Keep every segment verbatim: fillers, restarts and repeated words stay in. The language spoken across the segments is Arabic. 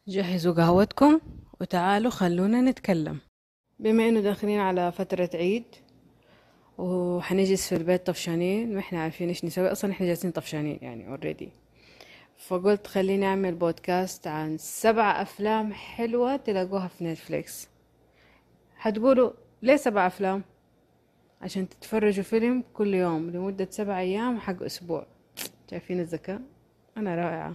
جهزوا قهوتكم وتعالوا خلونا نتكلم. بما انه داخلين على فترة عيد وحنجلس في البيت طفشانين، ما احنا عارفين ايش نسوي، اصلا احنا جالسين طفشانين يعني اوريدي. فقلت خليني اعمل بودكاست عن سبع افلام حلوة تلاقوها في نتفليكس. هتقولوا ليه سبع افلام؟ عشان تتفرجوا فيلم كل يوم لمدة سبع ايام حق اسبوع. شايفين الذكاء؟ انا رائعة.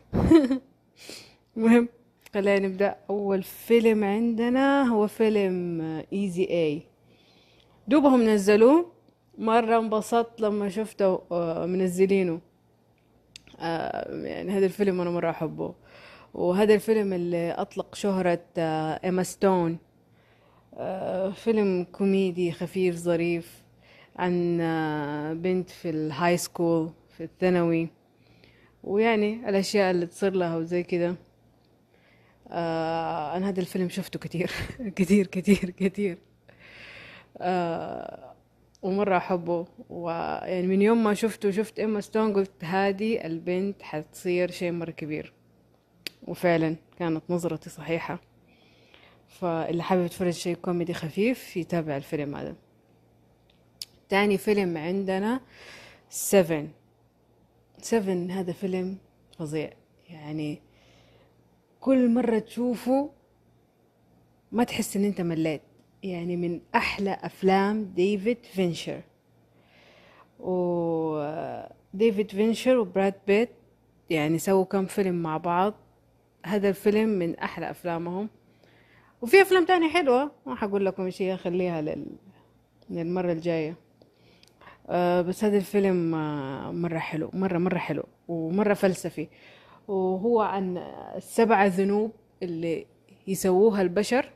المهم، خلينا نبدأ. أول فيلم عندنا هو فيلم ايزي اي. دوبهم نزلوه، مرة انبسطت لما شفته آه، منزلينه. آه، يعني هذا الفيلم أنا مرة أحبه. وهذا الفيلم اللي أطلق شهرة آه، إيما ستون. آه، فيلم كوميدي خفيف ظريف عن آه، بنت في الهاي سكول في الثانوي، ويعني الأشياء اللي تصير لها وزي كده. آه أنا هذا الفيلم شفته كتير كتير كتير كتير. آه ومرة أحبه، ويعني من يوم ما شفته شفت إما ستون قلت هذه البنت حتصير شيء مرة كبير، وفعلا كانت نظرتي صحيحة. فاللي حابب يتفرج شيء كوميدي خفيف يتابع الفيلم هذا. تاني فيلم عندنا سيفن. سيفن هذا فيلم فظيع يعني. كل مرة تشوفه ما تحس ان انت مليت. يعني من احلى افلام ديفيد فينشر. وديفيد فينشر وبراد بيت يعني سووا كم فيلم مع بعض. هذا الفيلم من احلى افلامهم. وفي افلام تانية حلوة ما حقول لكم ايش هي، خليها لل... للمرة الجاية. أه بس هذا الفيلم آه، مرة حلو، مرة مرة حلو ومرة فلسفي. وهو عن السبع ذنوب اللي يسووها البشر،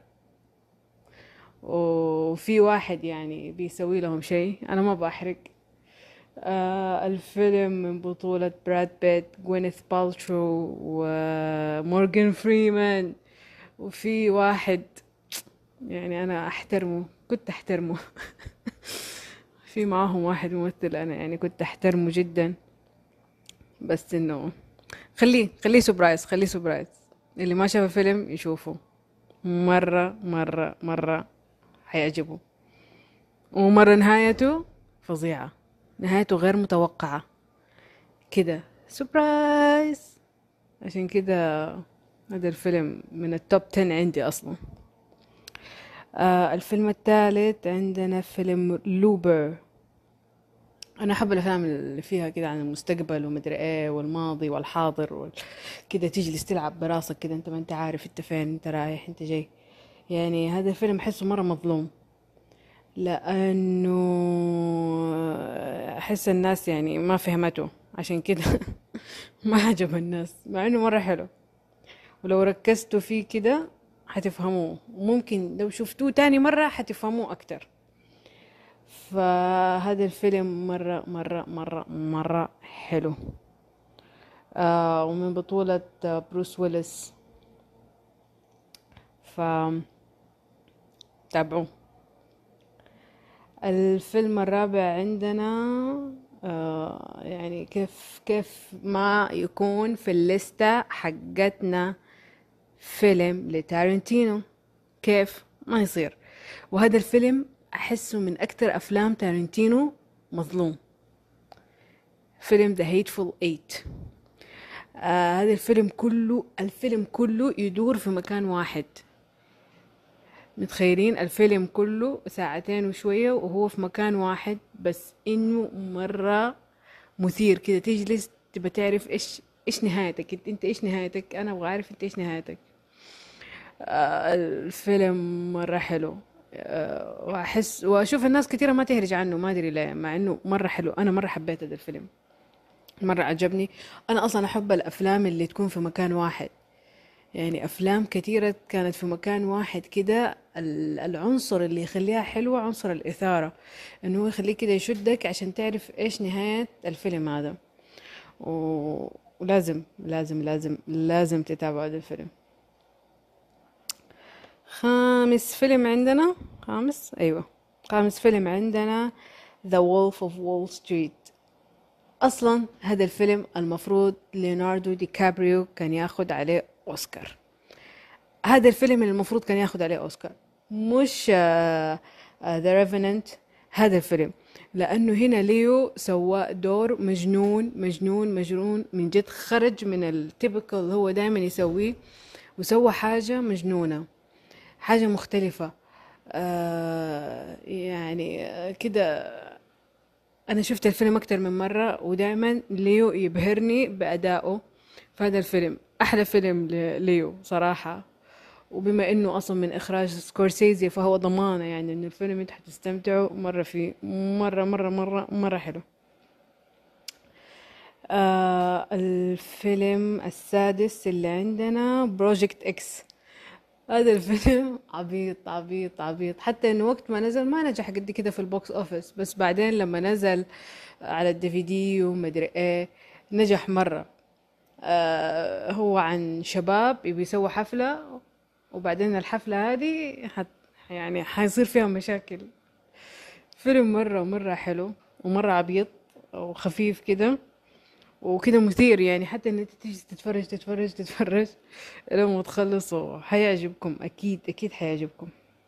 وفي واحد يعني بيسوي لهم شيء. انا ما بحرق. آه الفيلم من بطولة براد بيت، gwyneth بالترو، ومورغان فريمان. وفي واحد يعني انا احترمه، كنت احترمه. في معاهم واحد ممثل انا يعني كنت احترمه جدا. بس انه خليه خليه سبرايز، خليه سبرايز. اللي ما شاف الفيلم يشوفه. مرة مرة مرة حيعجبه. ومرة نهايته فظيعة، نهايته غير متوقعة كده، سبرايز. عشان كده هذا الفيلم من التوب عشرة عندي أصلا. آه الفيلم الثالث عندنا فيلم لوبر. أنا أحب الأفلام اللي فيها كده عن المستقبل ومدري إيه والماضي والحاضر وال... كده تجلس تلعب براسك كده، أنت ما أنت عارف أنت فين، أنت رايح أنت جاي. يعني هذا الفيلم أحسه مرة مظلوم، لأنه أحس الناس يعني ما فهمته، عشان كده ما عجب الناس مع إنه مرة حلو. ولو ركزتوا فيه كده حتفهموه، وممكن لو شفتوه تاني مرة حتفهموه أكتر. فهذا الفيلم مرة مرة مرة مرة حلو. آه ومن بطولة آه، بروس ويلس. فتابعوه. الفيلم الرابع عندنا آه يعني كيف كيف ما يكون في الليستة حقتنا فيلم لتارنتينو؟ كيف ما يصير؟ وهذا الفيلم أحسه من أكتر أفلام تارنتينو مظلوم. فيلم The Hateful Eight. آه هذا الفيلم كله الفيلم كله يدور في مكان واحد. متخيلين الفيلم كله ساعتين وشوية وهو في مكان واحد، بس إنه مرة مثير كده، تجلس تبى تعرف إيش إيش نهايتك. انت انت ايش نهايتك؟ انا ابغى اعرف انت ايش نهايتك. آه، الفيلم مرة حلو. آه، واحس واشوف الناس كثيرة ما تهرج عنه، ما ادري ليه، مع انه مرة حلو. انا مرة حبيت هذا الفيلم، مرة عجبني. انا اصلا احب الافلام اللي تكون في مكان واحد. يعني افلام كثيرة كانت في مكان واحد كده، ال- العنصر اللي يخليها حلوة عنصر الاثارة، انه هو يخليك كده يشدك عشان تعرف ايش نهاية الفيلم هذا. و... ولازم لازم لازم لازم تتابعوا هذا الفيلم. خامس فيلم عندنا، خامس أيوة، خامس فيلم عندنا The Wolf of Wall Street. أصلا هذا الفيلم المفروض ليوناردو دي كابريو كان ياخد عليه أوسكار. هذا الفيلم اللي المفروض كان ياخد عليه اوسكار، مش ذا ريفننت. هذا الفيلم لانه هنا ليو سوى دور مجنون مجنون مجنون من جد، خرج من التيبكال اللي هو دائما يسويه، وسوى حاجة مجنونة، حاجة مختلفة. آه يعني آه، كده. انا شفت الفيلم اكتر من مرة، ودائما ليو يبهرني بأدائه. فهذا الفيلم احلى فيلم لليو صراحة. وبما انه اصلا من اخراج سكورسيزي، فهو ضمانة يعني ان الفيلم انت حتستمتعوا مرة فيه، مرة مرة مرة مرة حلو. آه الفيلم السادس اللي عندنا بروجكت اكس. هذا الفيلم عبيط عبيط عبيط، حتى انه وقت ما نزل ما نجح قد كده في البوكس اوفيس، بس بعدين لما نزل على الدي في دي ومدري ايه نجح مرة. آه هو عن شباب يبي يسووا حفلة، وبعدين الحفلة هذه حت يعني حيصير فيها مشاكل. فيلم مرة مرة حلو، ومرة عبيط وخفيف كده، وكده مثير يعني، حتى ان انت تيجي تتفرج تتفرج تتفرج لما تخلصوا حيعجبكم، اكيد اكيد حيعجبكم.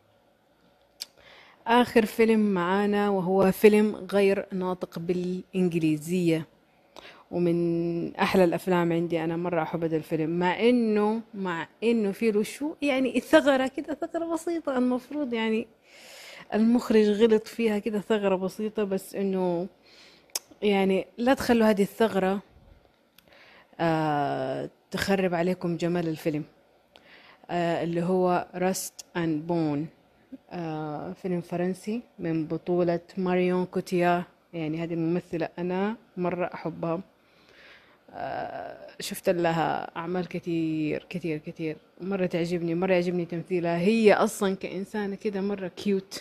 اخر فيلم معانا وهو فيلم غير ناطق بالانجليزية، ومن احلى الافلام عندي، انا مرة احب هذا الفيلم، مع انه مع انه فيه له شو يعني الثغرة كده، ثغرة بسيطة المفروض يعني المخرج غلط فيها كده، ثغرة بسيطة، بس انه يعني لا تخلوا هذه الثغرة آه تخرب عليكم جمال الفيلم. آه اللي هو راست اند بون. آه فيلم فرنسي من بطولة ماريون كوتيار. يعني هذه الممثلة أنا مرة أحبها. آه شفت لها أعمال كتير كتير كتير، مرة تعجبني، مرة يعجبني تمثيلها. هي أصلا كإنسانة كده مرة كيوت.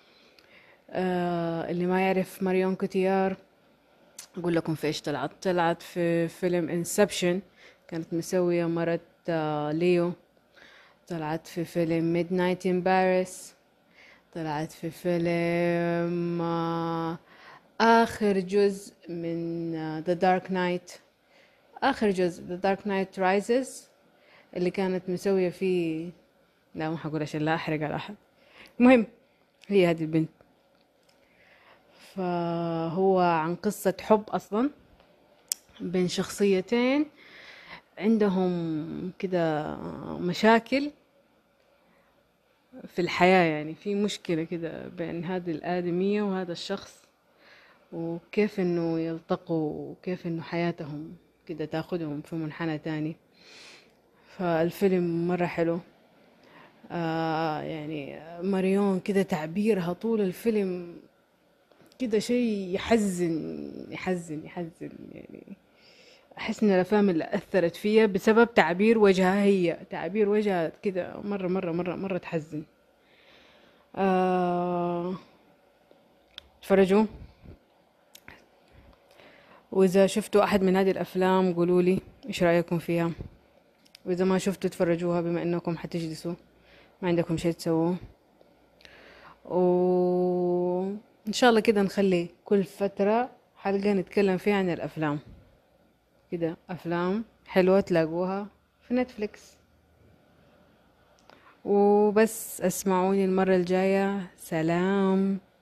آه اللي ما يعرف ماريون كوتيار، أقول لكم في إيش طلعت. طلعت في فيلم انسبشن، كانت مسوية مرة آه ليو. طلعت في فيلم ميد نايت ان باريس. طلعت في فيلم آه آخر جزء من آه The Dark Knight. آخر جزء The Dark Knight Rises اللي كانت مسوية فيه. لا ما حقول عشان لا أحرق على أحد. المهم، هي هذه البنت. فهو عن قصة حب أصلا بين شخصيتين عندهم كده مشاكل في الحياة، يعني في مشكلة كده بين هذه الآدمية وهذا الشخص، وكيف انه يلتقوا، وكيف انه حياتهم كده تاخدهم في منحنى تاني. فالفيلم مرة حلو. آه يعني ماريون كده تعبيرها طول الفيلم كده شيء يحزن يحزن يحزن يعني. أحس إن الأفلام اللي أثرت فيها بسبب تعبير وجهها، هي تعبير وجهها كده مرة مرة مرة مرة تحزن. آه تفرجوا، وإذا شفتوا أحد من هذه الأفلام قولولي إيش رأيكم فيها، وإذا ما شفتوا تفرجوها بما إنكم حتجلسوا ما عندكم شيء تسووه. وإن شاء الله كده نخلي كل فترة حلقة نتكلم فيها عن الأفلام، كده أفلام حلوة تلاقوها في نتفليكس. وبس اسمعوني المرة الجاية، سلام.